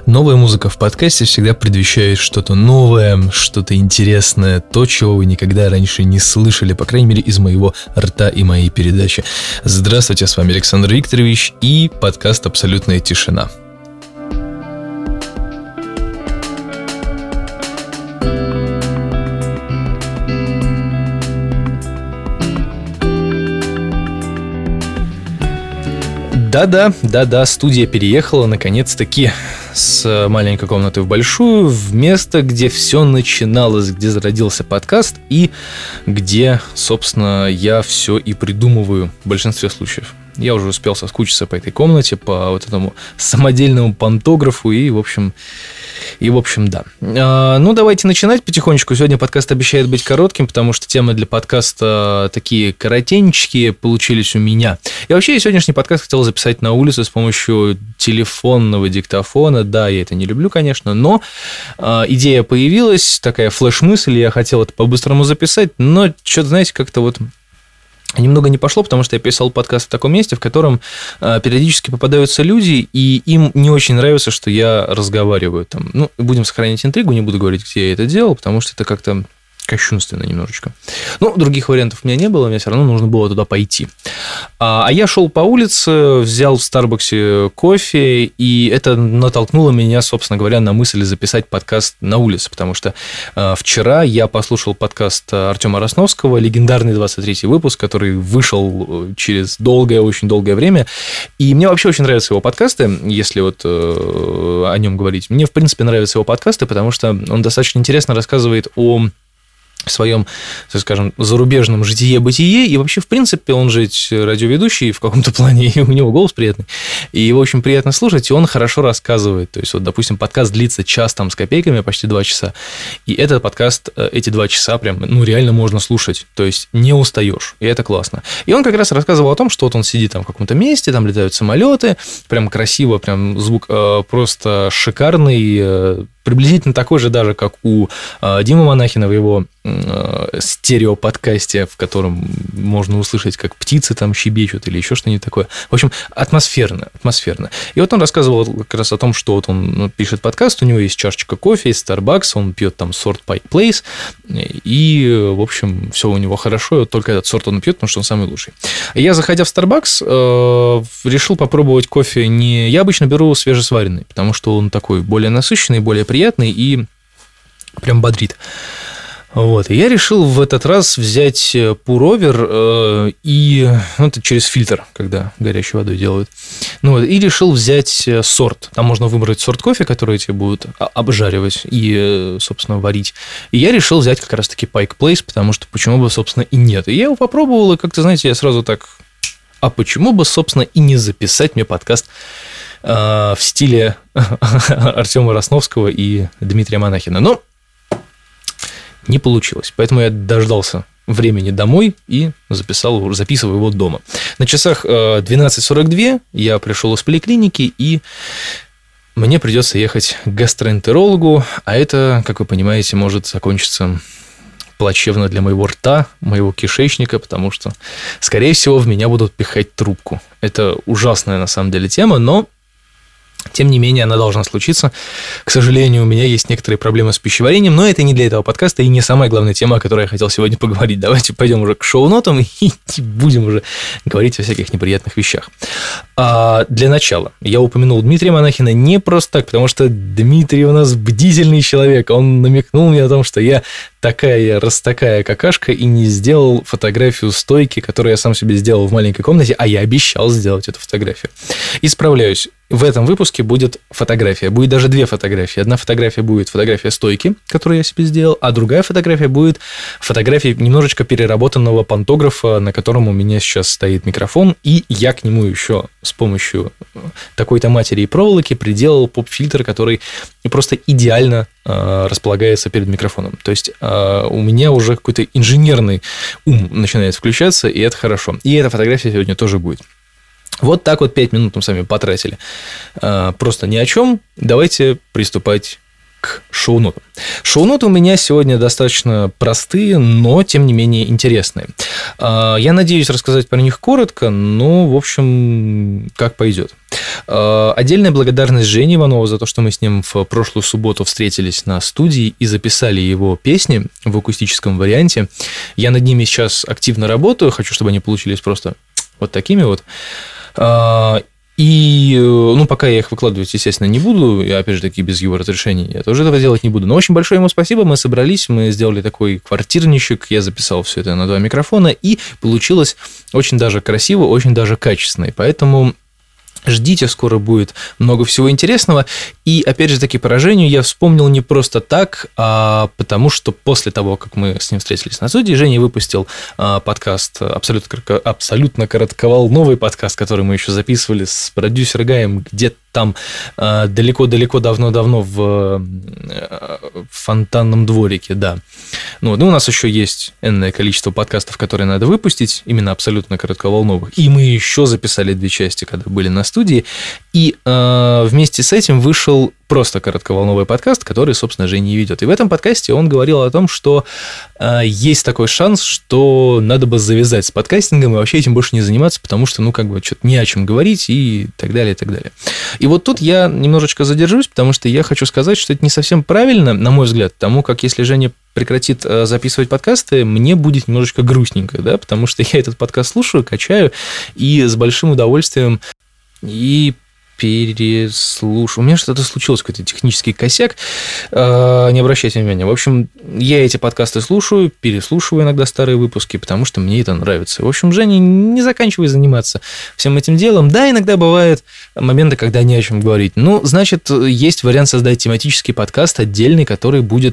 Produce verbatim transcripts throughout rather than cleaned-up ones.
Новая музыка в подкасте всегда предвещает что-то новое, что-то интересное, то, чего вы никогда раньше не слышали, по крайней мере, из моего рта и моей передачи. Здравствуйте, с вами Александр Викторович и подкаст «Абсолютная тишина». Да-да, да-да, студия переехала наконец-таки с маленькой комнаты в большую, в место, где все начиналось, где зародился подкаст и где, собственно, я все и придумываю в большинстве случаев. Я уже успел соскучиться по этой комнате, по вот этому самодельному пантографу и, в общем, и, в общем, да. А, ну, давайте начинать потихонечку. Сегодня подкаст обещает быть коротким, потому что темы для подкаста такие коротенькие получились у меня. И вообще, я сегодняшний подкаст хотел записать на улице с помощью телефонного диктофона. Да, я это не люблю, конечно, но а, идея появилась, такая флеш-мысль, я хотел это по-быстрому записать, но что-то, знаете, как-то вот... Немного не пошло, потому что я писал подкаст в таком месте, в котором э, периодически попадаются люди, и им не очень нравится, что я разговариваю там. Ну, будем сохранять интригу, не буду говорить, где я это делал, потому что это как-то кощунственно немножечко. Ну, других вариантов у меня не было, мне все равно нужно было туда пойти. А, а я шел по улице, взял в Старбаксе кофе, и это натолкнуло меня, собственно говоря, на мысль записать подкаст на улице, потому что а, вчера я послушал подкаст Артема Росновского, легендарный двадцать третий выпуск, который вышел через долгое, очень долгое время, и мне вообще очень нравятся его подкасты, если вот э, о нем говорить. Мне, в принципе, нравятся его подкасты, потому что он достаточно интересно рассказывает о в своем, так скажем, зарубежном житие-бытие, и вообще, в принципе, он же радиоведущий в каком-то плане, и у него голос приятный, и его очень приятно слушать, и он хорошо рассказывает, то есть, вот, допустим, подкаст длится час там с копейками, почти два часа, и этот подкаст, эти два часа прям, ну, реально можно слушать, то есть, не устаешь, и это классно. И он как раз рассказывал о том, что вот он сидит там в каком-то месте, там летают самолеты, прям красиво, прям звук э, просто шикарный, э, приблизительно такой же даже, как у э, Димы Монахина в его э, стереоподкасте, в котором можно услышать, как птицы там щебечут или еще что-нибудь такое. В общем, атмосферно, атмосферно. И вот он рассказывал как раз о том, что вот он пишет подкаст, у него есть чашечка кофе из Starbucks, он пьет там сорт Pike Place, и, в общем, все у него хорошо, и вот только этот сорт он пьет, потому что он самый лучший. Я, заходя в Starbucks, э, решил попробовать кофе не... Я обычно беру свежесваренный, потому что он такой более насыщенный, более приятный и прям бодрит. Вот. И я решил в этот раз взять пуровер э, и... Ну, это через фильтр, когда горячей водой делают. Ну, вот, и решил взять сорт. Там можно выбрать сорт кофе, который тебе будут обжаривать и, собственно, варить. И я решил взять как раз-таки Pike Place, потому что почему бы, собственно, и нет. И я его попробовал, и как-то, знаете, я сразу так... А почему бы, собственно, и не записать мне подкаст в стиле Артема Росновского и Дмитрия Монахина. Но не получилось. Поэтому я дождался времени домой и записал, записывал его дома. На часах двенадцать сорок два я пришел из поликлиники, и мне придется ехать к гастроэнтерологу, а это, как вы понимаете, может закончиться плачевно для моего рта, моего кишечника, потому что, скорее всего, в меня будут пихать трубку. Это ужасная, на самом деле, тема, но... Тем не менее, она должна случиться. К сожалению, у меня есть некоторые проблемы с пищеварением, но это не для этого подкаста и не самая главная тема, о которой я хотел сегодня поговорить. Давайте пойдем уже к шоу-нотам и будем уже говорить о всяких неприятных вещах. А для начала я упомянул Дмитрия Монахина не просто так, потому что Дмитрий у нас бдительный человек. Он намекнул мне о том, что я такая растакая какашка и не сделал фотографию стойки, которую я сам себе сделал в маленькой комнате, а я обещал сделать эту фотографию. Исправляюсь. В этом выпуске будет фотография. Будет даже две фотографии. Одна фотография будет фотография стойки, которую я себе сделал, а другая фотография будет фотография немножечко переработанного пантографа, на котором у меня сейчас стоит микрофон, и я к нему еще с помощью такой-то матери и проволоки приделал поп-фильтр, который просто идеально э, располагается перед микрофоном. То есть э, у меня уже какой-то инженерный ум начинает включаться, и это хорошо. И эта фотография сегодня тоже будет. Вот так вот пять минут мы с вами потратили. Просто ни о чем. Давайте приступать к шоу-нотам. Шоу-ноты у меня сегодня достаточно простые, но, тем не менее, интересные. Я надеюсь рассказать про них коротко, но, в общем, как пойдет. Отдельная благодарность Жене Иванову за то, что мы с ним в прошлую субботу встретились на студии и записали его песни в акустическом варианте. Я над ними сейчас активно работаю, хочу, чтобы они получились просто вот такими вот. И, ну, пока я их выкладывать, естественно, не буду, и, опять же таки, без его разрешения я тоже этого делать не буду. Но очень большое ему спасибо, мы собрались, мы сделали такой квартирничек, я записал все это на два микрофона, и получилось очень даже красиво, очень даже качественно. И поэтому ждите, скоро будет много всего интересного. И, опять же таки, поражению я вспомнил не просто так, а потому что после того, как мы с ним встретились на студии, Женя выпустил подкаст абсолютно, абсолютно коротковолновый подкаст, который мы еще записывали с продюсером Гаем где-то там далеко-далеко давно-давно в фонтанном дворике, да. Ну, ну, у нас еще есть энное количество подкастов, которые надо выпустить, именно абсолютно коротковолновых. И мы еще записали две части, когда были на студии. И э, вместе с этим вышел просто коротковолновый подкаст, который, собственно, Женя и ведет. И в этом подкасте он говорил о том, что э, есть такой шанс, что надо бы завязать с подкастингом и вообще этим больше не заниматься, потому что, ну, как бы, что-то не о чем говорить и так далее, и так далее. И вот тут я немножечко задержусь, потому что я хочу сказать, что это не совсем правильно, на мой взгляд, потому как если Женя прекратит записывать подкасты, мне будет немножечко грустненько, да, потому что я этот подкаст слушаю, качаю и с большим удовольствием и переслушаю. У меня что-то случилось, какой-то технический косяк, не обращайте внимания. В общем, я эти подкасты слушаю, переслушиваю иногда старые выпуски, потому что мне это нравится. В общем, Женя, не заканчивай заниматься всем этим делом. Да, иногда бывают моменты, когда не о чем говорить. Ну, значит, есть вариант создать тематический подкаст отдельный, который будет...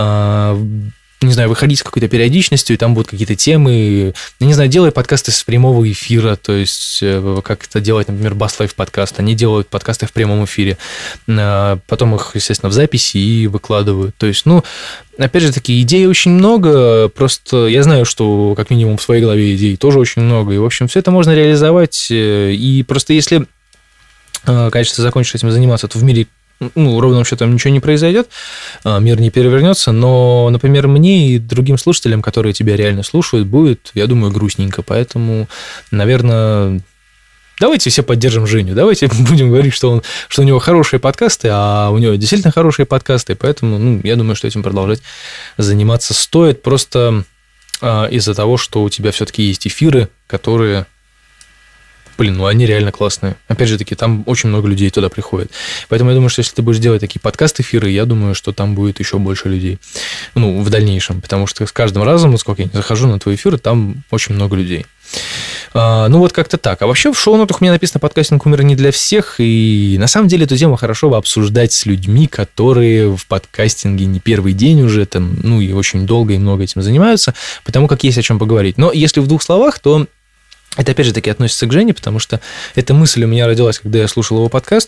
не знаю, выходить с какой-то периодичностью, и там будут какие-то темы, я не знаю, делай подкасты с прямого эфира, то есть, как это делает, например, Bass Life подкаст, они делают подкасты в прямом эфире, потом их, естественно, в записи и выкладывают, то есть, ну, опять же таки, идей очень много, просто я знаю, что, как минимум, в своей голове идей тоже очень много, и, в общем, все это можно реализовать, и просто если, конечно, закончишь этим заниматься, то в мире ну, ровным счетом ничего не произойдет, мир не перевернется, но, например, мне и другим слушателям, которые тебя реально слушают, будет, я думаю, грустненько, поэтому, наверное, давайте все поддержим Женю, давайте будем говорить, что, он, что у него хорошие подкасты, а у него действительно хорошие подкасты, поэтому, ну, я думаю, что этим продолжать заниматься стоит, просто из-за того, что у тебя все-таки есть эфиры, которые... Блин, ну они реально классные. Опять же таки, там очень много людей туда приходит. Поэтому я думаю, что если ты будешь делать такие подкаст-эфиры, я думаю, что там будет еще больше людей. Ну, в дальнейшем. Потому что с каждым разом, ну, сколько я не захожу на твой эфир, там очень много людей. А, ну, вот как-то так. А вообще в шоу-нотах у меня написано «Подкастинг умер не для всех». И на самом деле эту тему хорошо бы обсуждать с людьми, которые в подкастинге не первый день уже, там, ну, и очень долго и много этим занимаются, потому как есть о чем поговорить. Но если в двух словах, то... Это, опять же, таки относится к Жене, потому что эта мысль у меня родилась, когда я слушал его подкаст.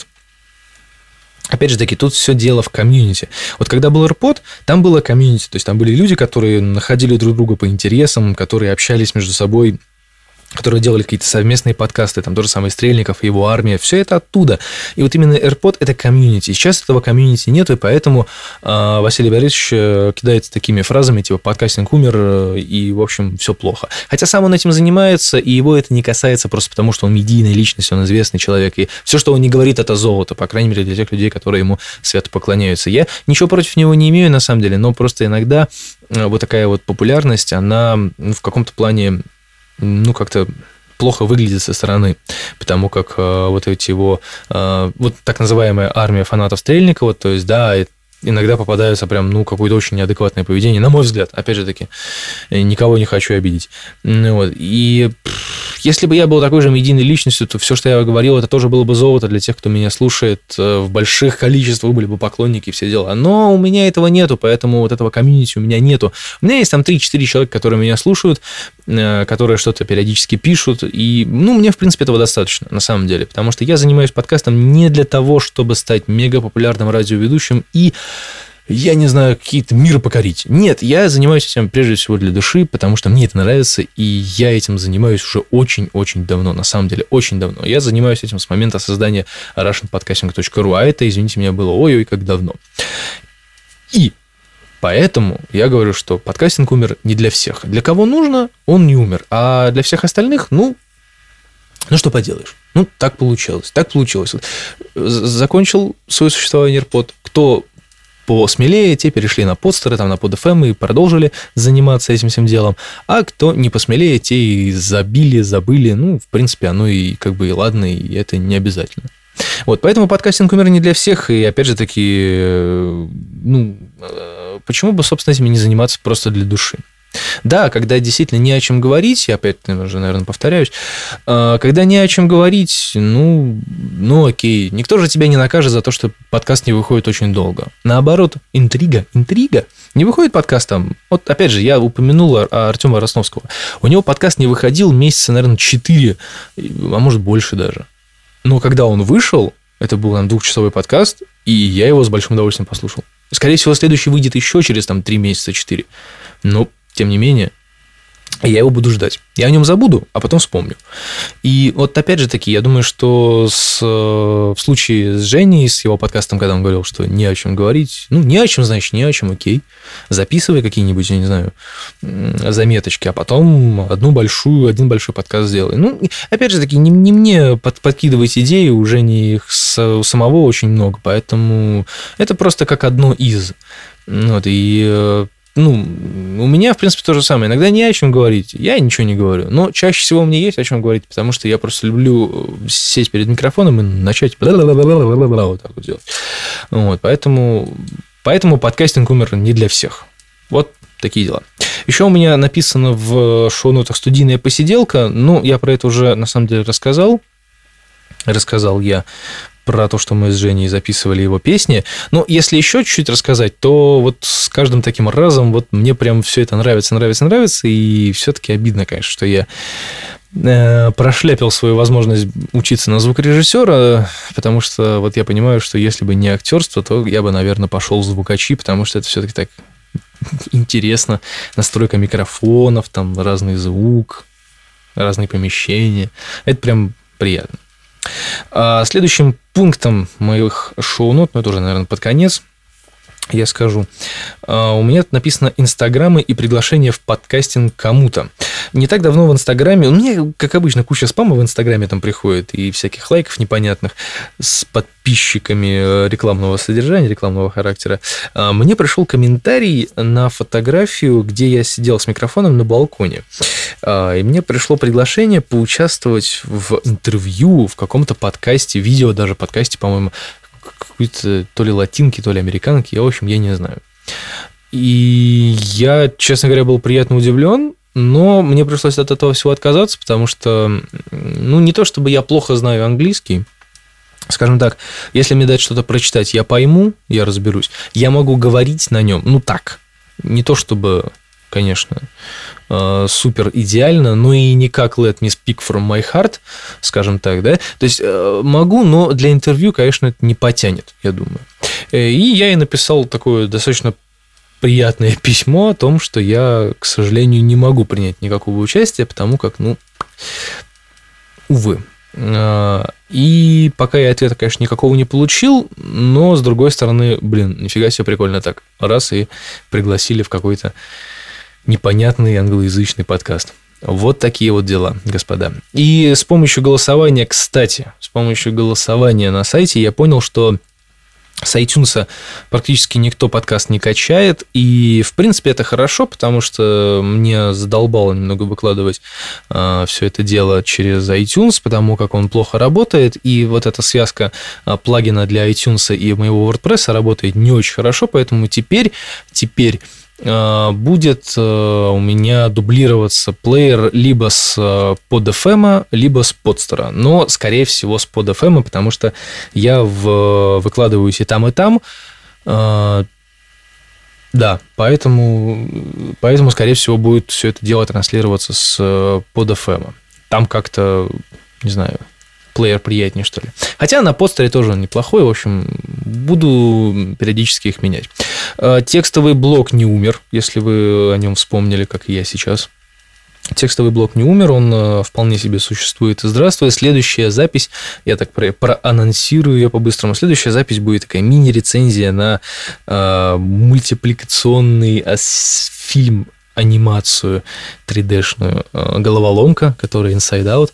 Опять же таки, тут все дело в комьюнити. Вот когда был AirPod, там было комьюнити, то есть там были люди, которые находили друг друга по интересам, которые общались между собой, которые делали какие-то совместные подкасты, там тоже самый Стрельников, его армия, все это оттуда. И вот именно AirPod – это комьюнити. Сейчас этого комьюнити нету, и поэтому э, Василий Борисович кидается такими фразами, типа «подкастинг умер», и, в общем, все плохо. Хотя сам он этим занимается, и его это не касается просто потому, что он медийная личность, он известный человек, и все, что он не говорит, это золото, по крайней мере, для тех людей, которые ему свято поклоняются. Я ничего против него не имею, на самом деле, но просто иногда вот такая вот популярность, она ну, в каком-то плане... ну, как-то плохо выглядит со стороны, потому как э, вот эти его, э, вот так называемая армия фанатов Стрельникова, то есть, да, иногда попадаются прям, ну, какое-то очень неадекватное поведение, на мой взгляд, опять же таки, никого не хочу обидеть. Вот. И если бы я был такой же медийной личностью, то все, что я говорил, это тоже было бы золото для тех, кто меня слушает в больших количествах, были бы поклонники и все дела. Но у меня этого нету, поэтому вот этого комьюнити у меня нету. У меня есть там три-четыре человека, которые меня слушают, которые что-то периодически пишут, и, ну, мне, в принципе, этого достаточно, на самом деле, потому что я занимаюсь подкастом не для того, чтобы стать мегапопулярным радиоведущим и я не знаю, какие-то миры покорить. Нет, я занимаюсь этим прежде всего для души, потому что мне это нравится, и я этим занимаюсь уже очень-очень давно, на самом деле, очень давно. Я занимаюсь этим с момента создания russian podcasting точка ру, а это, извините меня, было ой-ой, как давно. И поэтому я говорю, что подкастинг умер не для всех. Для кого нужно, он не умер. А для всех остальных, ну, ну что поделаешь. Ну, так получилось. Так получилось. Закончил свое существование AirPod. Кто посмелее, те перешли на подстеры, там, на под эф эм и продолжили заниматься этим всем делом. А кто не посмелее, те и забили, забыли. Ну, в принципе, оно и как бы и ладно, и это не обязательно. Вот, поэтому подкастинг умер не для всех, и опять же таки, ну, почему бы, собственно, этим не заниматься просто для души? Да, когда действительно не о чем говорить, я опять уже, наверное, повторяюсь, когда не о чем говорить, ну, ну окей, никто же тебя не накажет за то, что подкаст не выходит очень долго. Наоборот, интрига, интрига. Не выходит подкаст там, вот опять же, я упомянул Артема Росновского, у него подкаст не выходил месяца, наверное, четыре, а может больше даже. Но когда он вышел, это был там двухчасовой подкаст, и я его с большим удовольствием послушал. Скорее всего, следующий выйдет еще через там три месяца, четыре. Но, тем не менее, я его буду ждать. Я о нем забуду, а потом вспомню. И вот опять же таки, я думаю, что с, в случае с Женей, с его подкастом, когда он говорил, что не о чем говорить, ну, не о чем, значит, не о чем, окей. Записывай какие-нибудь, я не знаю, заметочки, а потом одну большую, один большой подкаст сделай. Ну, опять же таки, не, не мне под, подкидывать идеи, у Жени их с, у самого очень много, поэтому это просто как одно из. Вот, и... Ну, у меня, в принципе, то же самое. Иногда не о чем говорить, я ничего не говорю. Но чаще всего мне есть о чем говорить, потому что я просто люблю сесть перед микрофоном и начать вот так вот делать. Вот, поэтому, поэтому подкастинг умер не для всех. Вот такие дела. Еще у меня написано в шоу-нотах студийная посиделка. Ну, я про это уже, на самом деле, рассказал. Рассказал я про то, что мы с Женей записывали его песни. Но если еще чуть-чуть рассказать, то вот с каждым таким разом вот мне прям все это нравится, нравится, нравится, и все-таки обидно, конечно, что я прошляпил свою возможность учиться на звукорежиссера, потому что вот я понимаю, что если бы не актерство, то я бы, наверное, пошел в звукачи, потому что это все-таки так интересно. Настройка микрофонов, там разный звук, разные помещения. Это прям приятно. А следующим пунктом моих шоу-нот, ну это уже, наверное, под конец, я скажу, у меня написано «Инстаграмы и приглашения в подкастинг кому-то». Не так давно в Инстаграме, у меня, как обычно, куча спама в Инстаграме там приходит, и всяких лайков непонятных с подписчиками рекламного содержания, рекламного характера. Мне пришел комментарий на фотографию, где я сидел с микрофоном на балконе. И мне пришло приглашение поучаствовать в интервью в каком-то подкасте, видео даже подкасте, по-моему, какой-то то ли латинки, то ли американки, я, в общем, я не знаю. И я, честно говоря, был приятно удивлен, но мне пришлось от этого всего отказаться, потому что, ну, не то чтобы я плохо знаю английский, скажем так, если мне дать что-то прочитать, я пойму, я разберусь, я могу говорить на нем, ну, так, не то чтобы... конечно, супер идеально, но и не как let me speak from my heart, скажем так, да, то есть могу, но для интервью, конечно, это не потянет, я думаю. И я ей написал такое достаточно приятное письмо о том, что я, к сожалению, не могу принять никакого участия, потому как, ну, увы. И пока я ответа, конечно, никакого не получил, но, с другой стороны, блин, нифига себе прикольно так, раз и пригласили в какой-то непонятный англоязычный подкаст. Вот такие вот дела, господа. И с помощью голосования, кстати, с помощью голосования на сайте я понял, что с iTunes практически никто подкаст не качает, и, в принципе, это хорошо, потому что мне задолбало немного выкладывать э, все это дело через iTunes, потому как он плохо работает, и вот эта связка плагина для iTunes и моего WordPress работает не очень хорошо, поэтому теперь, теперь будет у меня дублироваться плеер либо с под эф эм, либо с подстера, но, скорее всего, с под эф эм, потому что я в... выкладываюсь и там, и там. Да, поэтому, поэтому, скорее всего, будет все это дело транслироваться с под эф эм. Там как-то, не знаю, плеер приятнее, что ли. Хотя на подстере тоже он неплохой, в общем, буду периодически их менять. Текстовый блог не умер, если вы о нем вспомнили, как и я сейчас. Текстовый блог не умер, он вполне себе существует. И здравствуй. Следующая запись, я так про- проанонсирую ее по-быстрому. Следующая запись будет такая мини-рецензия на э, мультипликационный фильм, анимацию три дэ-шную э, «Головоломка», которая Inside Out.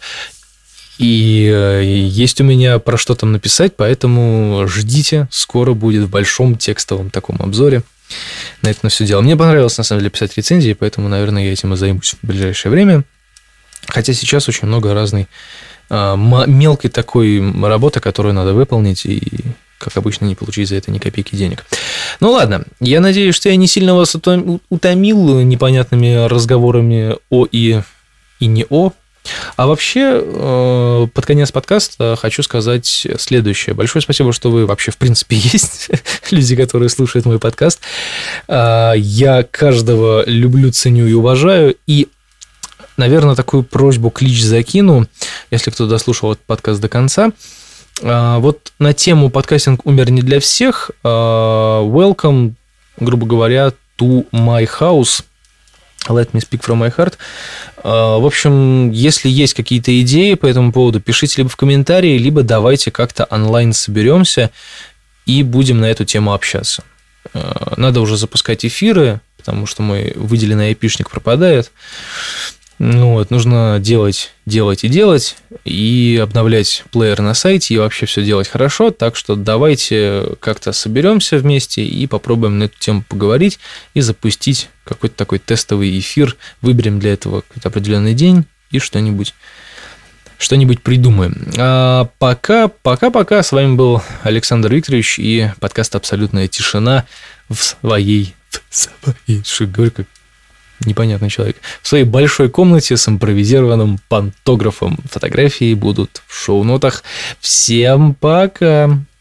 И э, есть у меня про что там написать, поэтому ждите, скоро будет в большом текстовом таком обзоре на это на все дело. Мне понравилось, на самом деле, писать рецензии, поэтому, наверное, я этим и займусь в ближайшее время. Хотя сейчас очень много разной а, мелкой такой работы, которую надо выполнить, и, как обычно, не получить за это ни копейки денег. Ну ладно, я надеюсь, что я не сильно вас утомил непонятными разговорами о и, и не о. А вообще, под конец подкаста хочу сказать следующее. Большое спасибо, что вы вообще в принципе есть, люди, которые слушают мой подкаст. Я каждого люблю, ценю и уважаю. И, наверное, такую просьбу, клич закину, если кто дослушал этот подкаст до конца. Вот на тему «Подкастинг умер не для всех» welcome, грубо говоря, to my house. Let me speak from my heart. В общем, если есть какие-то идеи по этому поводу, пишите либо в комментарии, либо давайте как-то онлайн соберемся и будем на эту тему общаться. Надо уже запускать эфиры, потому что мой выделенный айпишник пропадает. Ну, вот, нужно делать, делать и делать, и обновлять плеер на сайте, и вообще все делать хорошо. Так что давайте как-то соберемся вместе и попробуем на эту тему поговорить и запустить какой-то такой тестовый эфир. Выберем для этого какой-то определенный день и что-нибудь, что-нибудь придумаем. А пока, пока-пока. С вами был Александр Викторович и подкаст «Абсолютная тишина» в своей... В своей... Что говорю, как... непонятный человек. В своей большой комнате с импровизированным пантографом. Фотографии будут в шоу-нотах. Всем пока!